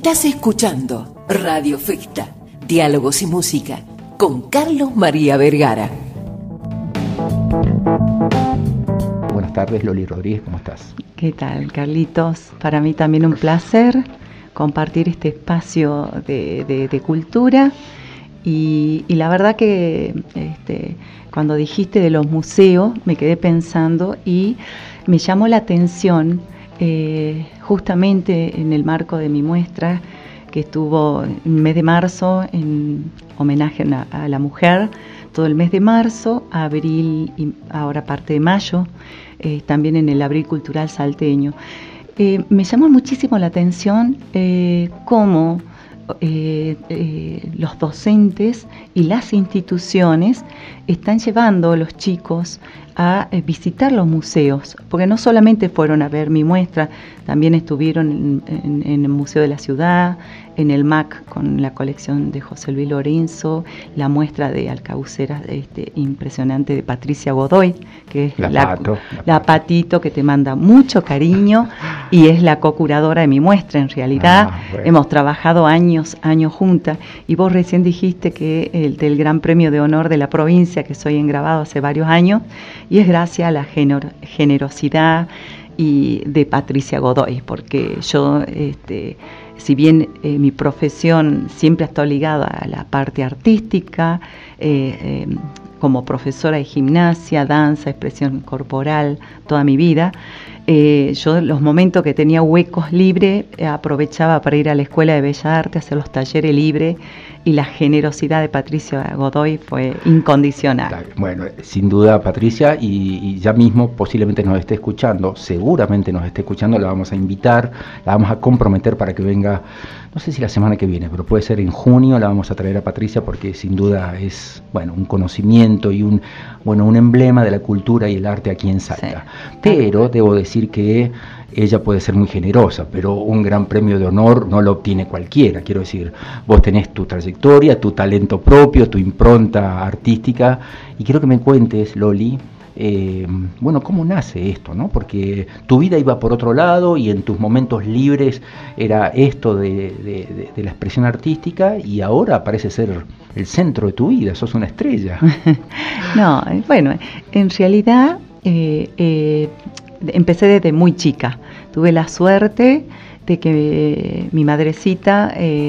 Estás escuchando Radio Festa, Diálogos y Música, con Carlos María Vergara. Buenas tardes, Loli Rodríguez, ¿cómo estás? ¿Qué tal, Carlitos? Para mí también un placer compartir este espacio de cultura y la verdad que cuando dijiste de los museos me quedé pensando y me llamó la atención justamente en el marco de mi muestra que estuvo en el mes de marzo en homenaje a la mujer, todo el mes de marzo, abril y ahora parte de mayo, también en el Abril Cultural Salteño. Me llamó muchísimo la atención cómo los docentes y las instituciones están llevando a los chicos a visitar los museos, porque no solamente fueron a ver mi muestra, también estuvieron en el Museo de la Ciudad, en el MAC con la colección de José Luis Lorenzo, la muestra de alcahuceras impresionante de Patricia Godoy, que es la Patito, que te manda mucho cariño y es la co-curadora de mi muestra en realidad. Bueno. Hemos trabajado años juntas y vos recién dijiste que el del Gran Premio de Honor de la provincia, que soy engrabado hace varios años, y es gracias a la generosidad y de Patricia Godoy, porque yo, si bien mi profesión siempre está ligada a la parte artística, como profesora de gimnasia, danza, expresión corporal, toda mi vida, yo los momentos que tenía huecos libres aprovechaba para ir a la Escuela de Bellas Artes, hacer los talleres libres, y la generosidad de Patricia Godoy fue incondicional. Bueno, sin duda Patricia, y ya mismo posiblemente nos esté escuchando, seguramente nos esté escuchando, la vamos a invitar, la vamos a comprometer para que venga, no sé si la semana que viene, pero puede ser en junio, la vamos a traer a Patricia porque sin duda es, bueno, un conocimiento y un emblema de la cultura y el arte aquí en Salta. Sí. Pero debo decir que ella puede ser muy generosa, pero un gran premio de honor no lo obtiene cualquiera. Quiero decir, vos tenés tu trayectoria, tu talento propio, tu impronta artística, y quiero que me cuentes, Loli, cómo nace esto, ¿no? Porque tu vida iba por otro lado y en tus momentos libres era esto de la expresión artística, y ahora parece ser el centro de tu vida, sos una estrella. No, bueno, en realidad empecé desde muy chica. Tuve la suerte de que mi madrecita,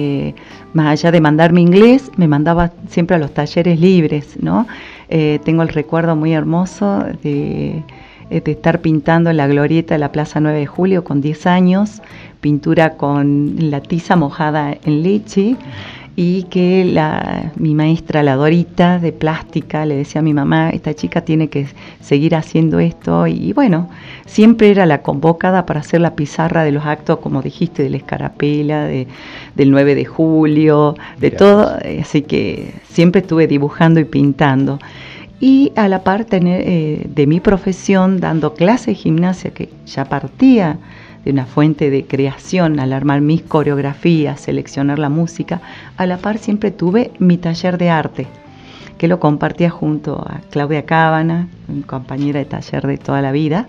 más allá de mandarme inglés, me mandaba siempre a los talleres libres, ¿no? Tengo el recuerdo muy hermoso de estar pintando en la glorieta de la Plaza 9 de Julio con 10 años, pintura con la tiza mojada en leche, y que mi maestra, la Dorita de plástica, le decía a mi mamá, esta chica tiene que seguir haciendo esto, y bueno, siempre era la convocada para hacer la pizarra de los actos, como dijiste, de la Escarapela, del 9 de julio, de todo, así que siempre estuve dibujando y pintando. Y a la par de mi profesión, dando clases de gimnasia, que ya partía de una fuente de creación al armar mis coreografías, seleccionar la música, a la par siempre tuve mi taller de arte, que lo compartía junto a Claudia Cábana, mi compañera de taller de toda la vida,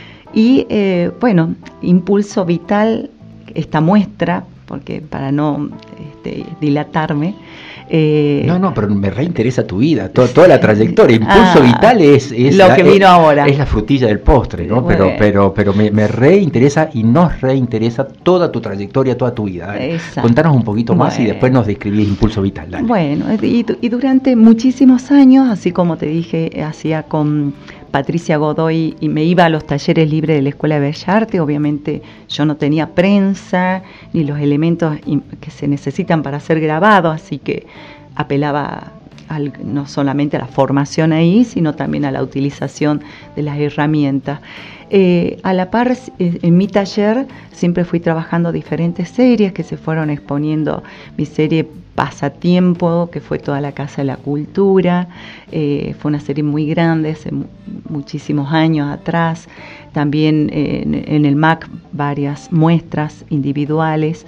y impulso vital esta muestra, porque para no dilatarme, pero me reinteresa tu vida, toda la trayectoria. Impulso vital es lo que vino ahora. Es la frutilla del postre, ¿no? Pero me reinteresa y nos reinteresa toda tu trayectoria, toda tu vida. Contanos un poquito más y después nos describís Impulso Vital. Dale. Bueno, y durante muchísimos años, así como te dije, hacía con Patricia Godoy y me iba a los talleres libres de la Escuela de Bellas Artes. Obviamente yo no tenía prensa ni los elementos que se necesitan para ser grabado, así que apelaba no solamente a la formación ahí, sino también a la utilización de las herramientas. A la par, en mi taller siempre fui trabajando diferentes series que se fueron exponiendo. Mi serie Pasatiempo, que fue toda la Casa de la Cultura, fue una serie muy grande, hace muchísimos años atrás. También en el MAC varias muestras individuales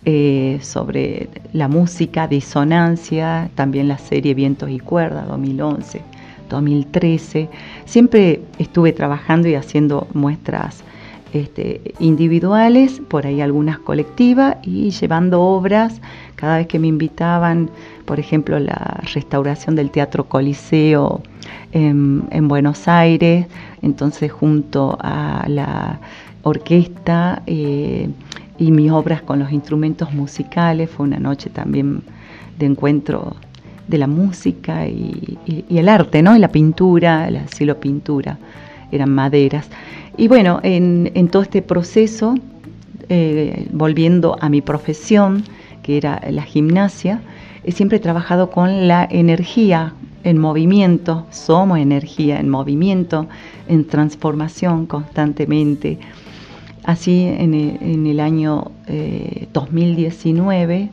sobre la música, disonancia, también la serie Vientos y Cuerdas, 2011. 2013, siempre estuve trabajando y haciendo muestras individuales, por ahí algunas colectivas, y llevando obras cada vez que me invitaban, por ejemplo, la restauración del Teatro Coliseo en Buenos Aires, entonces junto a la orquesta y mis obras con los instrumentos musicales, fue una noche también de encuentro de la música y el arte, ¿no? Y la pintura, la silopintura, eran maderas. Y bueno, en todo este proceso, volviendo a mi profesión, que era la gimnasia, siempre he trabajado con la energía en movimiento, somos energía en movimiento, en transformación constantemente. Así en el año 2019,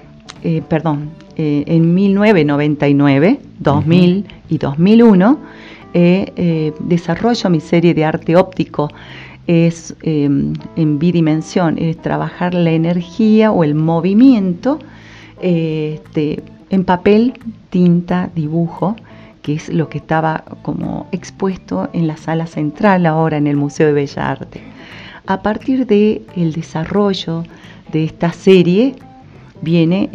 en 1999, 2000 y 2001, desarrollo mi serie de arte óptico. Es en bidimensión, es trabajar la energía o el movimiento en papel, tinta, dibujo, que es lo que estaba como expuesto en la sala central ahora en el Museo de Bellas Artes. A partir del desarrollo de esta serie viene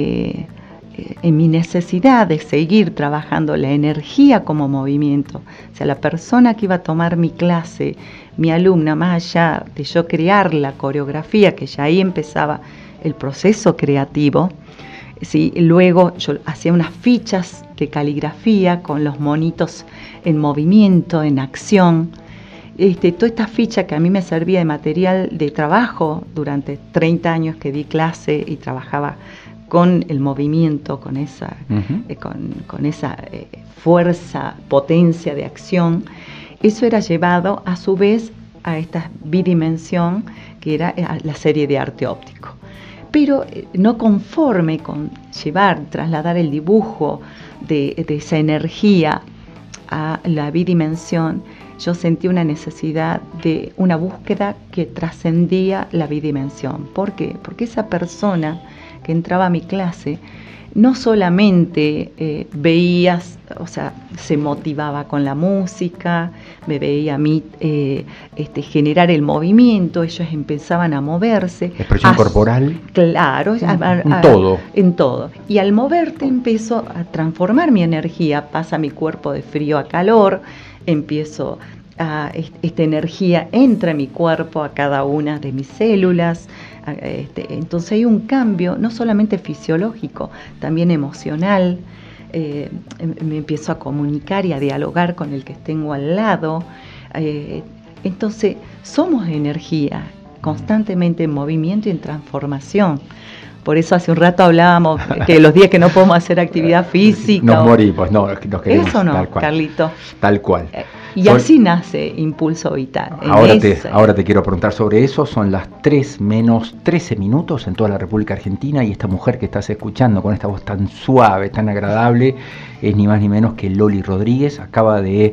en mi necesidad de seguir trabajando la energía como movimiento. O sea, la persona que iba a tomar mi clase, mi alumna, más allá de yo crear la coreografía, que ya ahí empezaba el proceso creativo, ¿sí? Luego yo hacía unas fichas de caligrafía con los monitos en movimiento, en acción. Toda esta ficha que a mí me servía de material de trabajo durante 30 años que di clase y trabajaba con el movimiento, con esa, con esa fuerza, potencia de acción, eso era llevado a su vez a esta bidimensión que era la serie de arte óptico. Pero no conforme con trasladar el dibujo de esa energía a la bidimensión, yo sentí una necesidad de una búsqueda que trascendía la bidimensión. ¿Por qué? Porque esa persona que entraba a mi clase no solamente veía, o sea, se motivaba con la música, me veía a mí generar el movimiento, ellos empezaban a moverse. Expresión corporal. Claro, en todo. En todo. Y al moverte empiezo a transformar mi energía, pasa mi cuerpo de frío a calor, empiezo a esta energía entra en mi cuerpo, a cada una de mis células. Entonces hay un cambio no solamente fisiológico, también emocional. Me empiezo a comunicar y a dialogar con el que tengo al lado. Entonces somos energía, constantemente en movimiento y en transformación. Por eso hace un rato hablábamos que los días que no podemos hacer actividad física... Nos morimos, no, nos queremos. Eso no, tal cual, Carlito. Tal cual. Y así nace Impulso Vital. Ahora te quiero preguntar sobre eso. Son las 3 menos 13 minutos en toda la República Argentina y esta mujer que estás escuchando con esta voz tan suave, tan agradable, es ni más ni menos que Loli Rodríguez. Acaba de...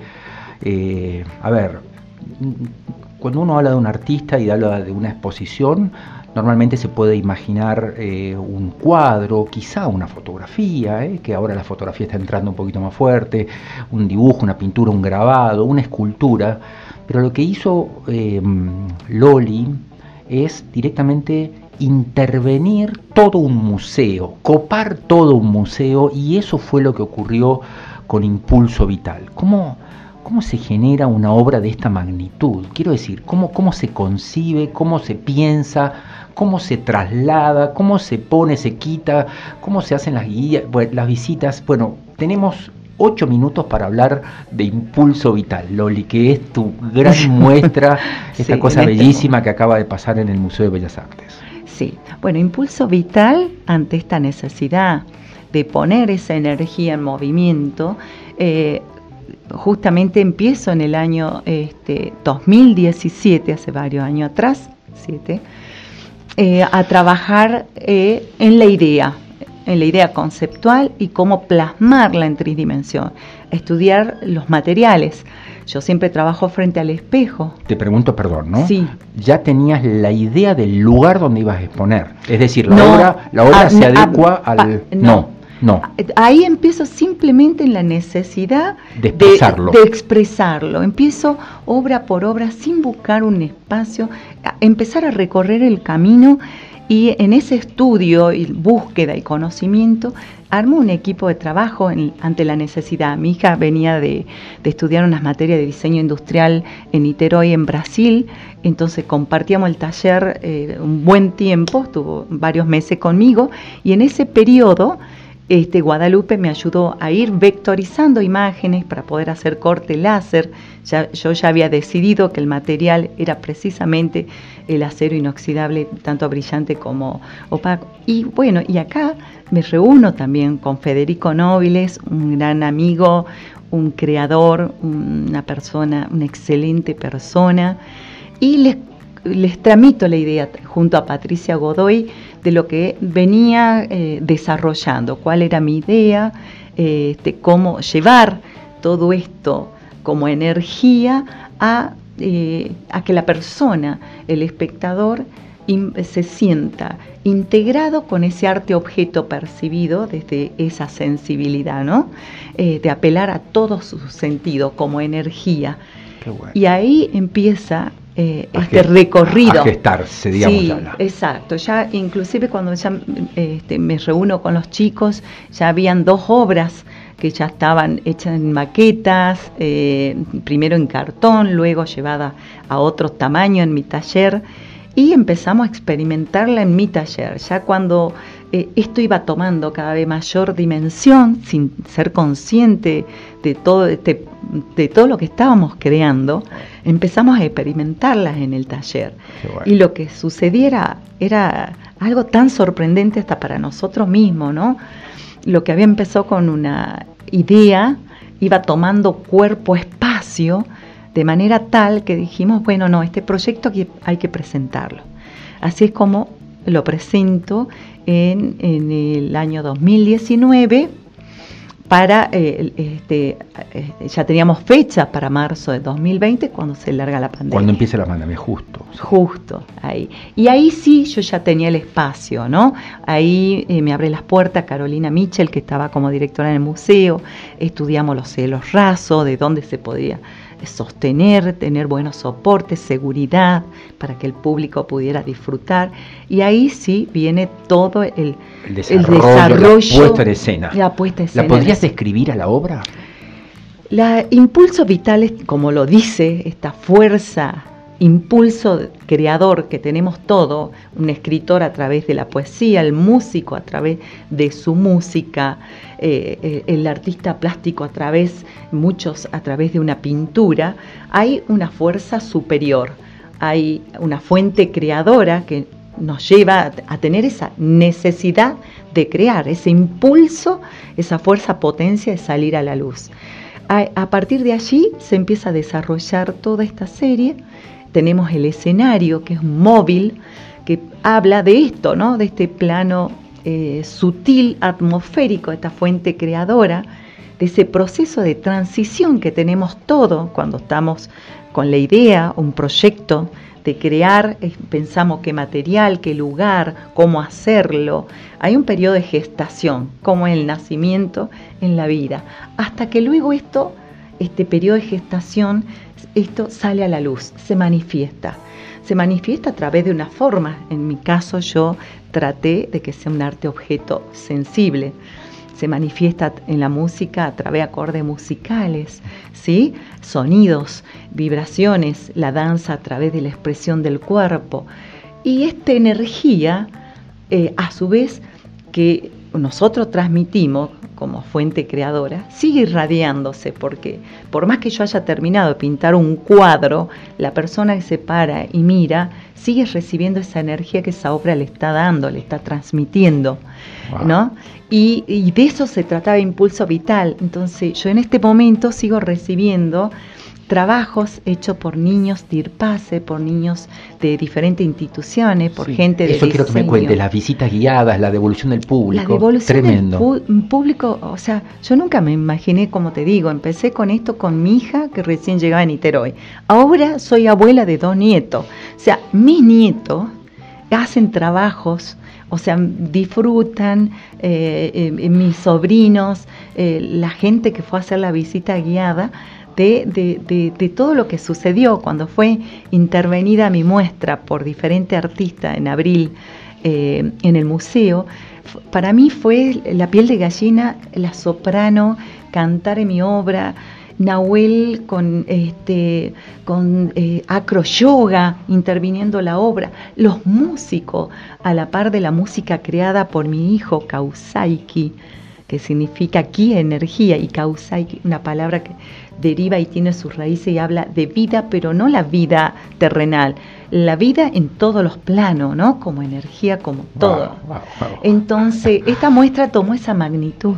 cuando uno habla de un artista y habla de una exposición, normalmente se puede imaginar un cuadro, quizá una fotografía, que ahora la fotografía está entrando un poquito más fuerte, un dibujo, una pintura, un grabado, una escultura, pero lo que hizo Loli es directamente intervenir todo un museo, copar todo un museo, y eso fue lo que ocurrió con Impulso Vital. ¿Cómo se genera una obra de esta magnitud? Quiero decir, ¿cómo se concibe, cómo se piensa, cómo se traslada, cómo se pone, se quita, cómo se hacen las guías, las visitas? Bueno, tenemos 8 minutos para hablar de Impulso Vital, Loli, que es tu gran muestra, esta cosa bellísima que acaba de pasar en el Museo de Bellas Artes. Sí, bueno, Impulso Vital, ante esta necesidad de poner esa energía en movimiento, justamente empiezo en el año 2017, hace varios años atrás, 7, a trabajar en la idea conceptual y cómo plasmarla en tridimensión, a estudiar los materiales. Yo siempre trabajo frente al espejo. Te pregunto, perdón, ¿no? Sí. Ya tenías la idea del lugar donde ibas a exponer, es decir, la obra se adecua al... No. No. Ahí empiezo simplemente en la necesidad de expresarlo. De expresarlo. Empiezo obra por obra sin buscar un espacio, empezar a recorrer el camino, y en ese estudio y búsqueda y conocimiento armo un equipo de trabajo ante la necesidad. Mi hija venía de estudiar unas materias de diseño industrial en Niterói, en Brasil, entonces compartíamos el taller un buen tiempo, estuvo varios meses conmigo, y en ese periodo Guadalupe me ayudó a ir vectorizando imágenes para poder hacer corte láser. Yo ya había decidido que el material era precisamente el acero inoxidable, tanto brillante como opaco. Y bueno, y acá me reúno también con Federico Nóbiles, un gran amigo, un creador, una persona, una excelente persona, y les tramito la idea junto a Patricia Godoy de lo que venía desarrollando, cuál era mi idea, cómo llevar todo esto como energía a que la persona, el espectador, se sienta integrado con ese arte objeto percibido desde esa sensibilidad, ¿no? De apelar a todos sus sentidos como energía. Qué bueno. Y ahí empieza recorrido. A gestarse, digamos. Sí, exacto. Ya inclusive cuando ya me reúno con los chicos, ya habían 2 obras que ya estaban hechas en maquetas, primero en cartón, luego llevada a otro tamaño en mi taller, y empezamos a experimentarla en mi taller. Ya cuando esto iba tomando cada vez mayor dimensión, sin ser consciente de todo lo que estábamos creando, empezamos a experimentarlas en el taller. Bueno. Y lo que sucediera era algo tan sorprendente hasta para nosotros mismos, ¿no? Lo que había empezado con una idea iba tomando cuerpo, espacio, de manera tal que dijimos, bueno, no, este proyecto hay que presentarlo. Así es como lo presento en el año 2019 para, ya teníamos fecha para marzo de 2020 cuando se larga la pandemia. Cuando empieza la pandemia, justo. Justo, ahí. Y ahí sí yo ya tenía el espacio, ¿no? Ahí me abre las puertas Carolina Michel, que estaba como directora en el museo, estudiamos los cielos rasos, de dónde se podía sostener, tener buenos soportes, seguridad, para que el público pudiera disfrutar. Y ahí sí viene todo el desarrollo, la puesta en escena. ¿La podrías describir a la obra? Impulso vital, como lo dice, esta fuerza, impulso creador que tenemos todo, un escritor a través de la poesía, el músico a través de su música, el artista plástico muchos a través de una pintura. Hay una fuerza superior, hay una fuente creadora que nos lleva a tener esa necesidad de crear, ese impulso, esa fuerza potencia de salir a la luz. A partir de allí se empieza a desarrollar toda esta serie. Tenemos el escenario, que es móvil, que habla de esto, ¿no? De este plano sutil, atmosférico, esta fuente creadora, de ese proceso de transición que tenemos todo cuando estamos con la idea, un proyecto de crear, pensamos qué material, qué lugar, cómo hacerlo. Hay un periodo de gestación, como el nacimiento en la vida, hasta que luego este periodo de gestación, esto sale a la luz, se manifiesta a través de una forma. En mi caso yo traté de que sea un arte objeto sensible. Se manifiesta en la música a través de acordes musicales, ¿sí? Sonidos, vibraciones, la danza a través de la expresión del cuerpo. Y esta energía, a su vez, que nosotros transmitimos como fuente creadora, sigue irradiándose, porque por más que yo haya terminado de pintar un cuadro, la persona que se para y mira sigue recibiendo esa energía que esa obra le está dando, le está transmitiendo, wow, ¿no? Y de eso se trataba Impulso Vital. Entonces yo en este momento sigo recibiendo trabajos hechos por niños de IRPACE, por niños de diferentes instituciones, por gente de eso diseño. Quiero que me cuentes, las visitas guiadas, la devolución del público. La devolución tremendo. del público, o sea, yo nunca me imaginé, como te digo, empecé con esto con mi hija que recién llegaba a Niterói. Ahora soy abuela de 2 nietos, o sea, mis nietos hacen trabajos o sea, disfrutan mis sobrinos, la gente que fue a hacer la visita guiada, de todo lo que sucedió cuando fue intervenida mi muestra por diferentes artistas en abril en el museo. Para mí fue la piel de gallina, la soprano, cantar en mi obra, Nahuel con acro yoga interviniendo la obra, los músicos a la par de la música creada por mi hijo Kausaiki, que significa ki, energía, y Kausaiki, una palabra que deriva y tiene sus raíces y habla de vida, pero no la vida terrenal, la vida en todos los planos, ¿no? Como energía, como todo. Wow. Entonces, esta muestra tomó esa magnitud.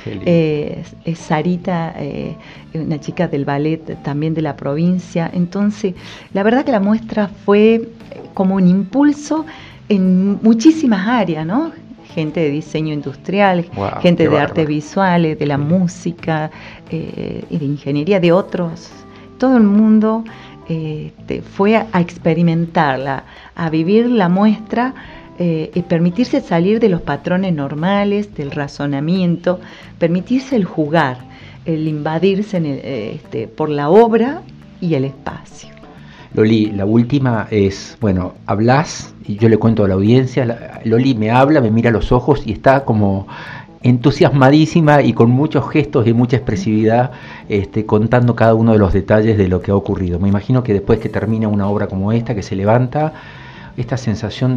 Sarita, una chica del ballet también de la provincia. Entonces, la verdad que la muestra fue como un impulso en muchísimas áreas, ¿no? Gente de diseño industrial, gente de artes visuales, de la música, y de ingeniería, de otros. Todo el mundo fue a experimentarla, a vivir la muestra, y permitirse salir de los patrones normales, del razonamiento, permitirse el jugar, el invadirse por la obra y el espacio. Loli, la última es, bueno, hablas y yo le cuento a la audiencia, Loli me habla, me mira a los ojos y está como entusiasmadísima y con muchos gestos y mucha expresividad contando cada uno de los detalles de lo que ha ocurrido. Me imagino que después que termina una obra como esta, que se levanta, esta sensación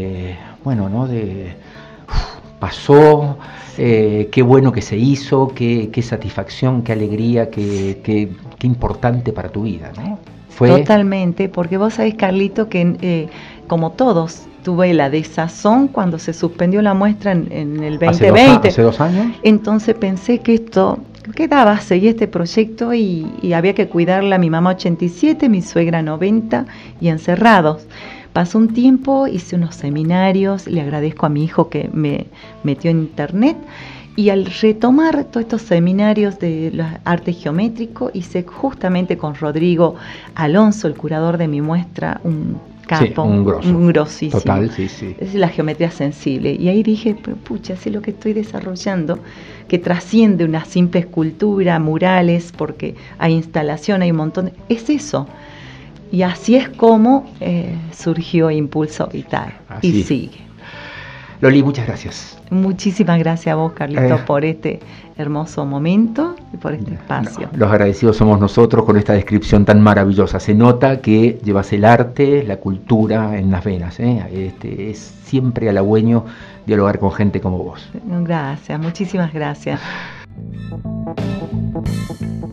pasó, qué bueno que se hizo, qué satisfacción, qué alegría, qué importante para tu vida, ¿no? Totalmente, porque vos sabés, Carlito, que como todos, tuve la desazón cuando se suspendió la muestra en el 2020. ¿Hace 2 años? Entonces pensé que esto quedaba, seguía este proyecto y había que cuidarla. Mi mamá 87, mi suegra 90 y encerrados. Pasó un tiempo, hice unos seminarios, le agradezco a mi hijo que me metió en internet. Y al retomar todos estos seminarios de los arte geométrico, hice justamente con Rodrigo Alonso, el curador de mi muestra, un capo, un grosísimo. Total, sí. Es la geometría sensible. Y ahí dije, pucha, sé lo que estoy desarrollando, que trasciende una simple escultura, murales, porque hay instalación, hay un montón. Es eso. Y así es como surgió Impulso Vital. Y sigue. Loli, muchas gracias. Muchísimas gracias a vos, Carlitos, por este hermoso momento y por este espacio. Los agradecidos somos nosotros con esta descripción tan maravillosa. Se nota que llevas el arte, la cultura en las venas. Es siempre halagüeño dialogar con gente como vos. Gracias, muchísimas gracias.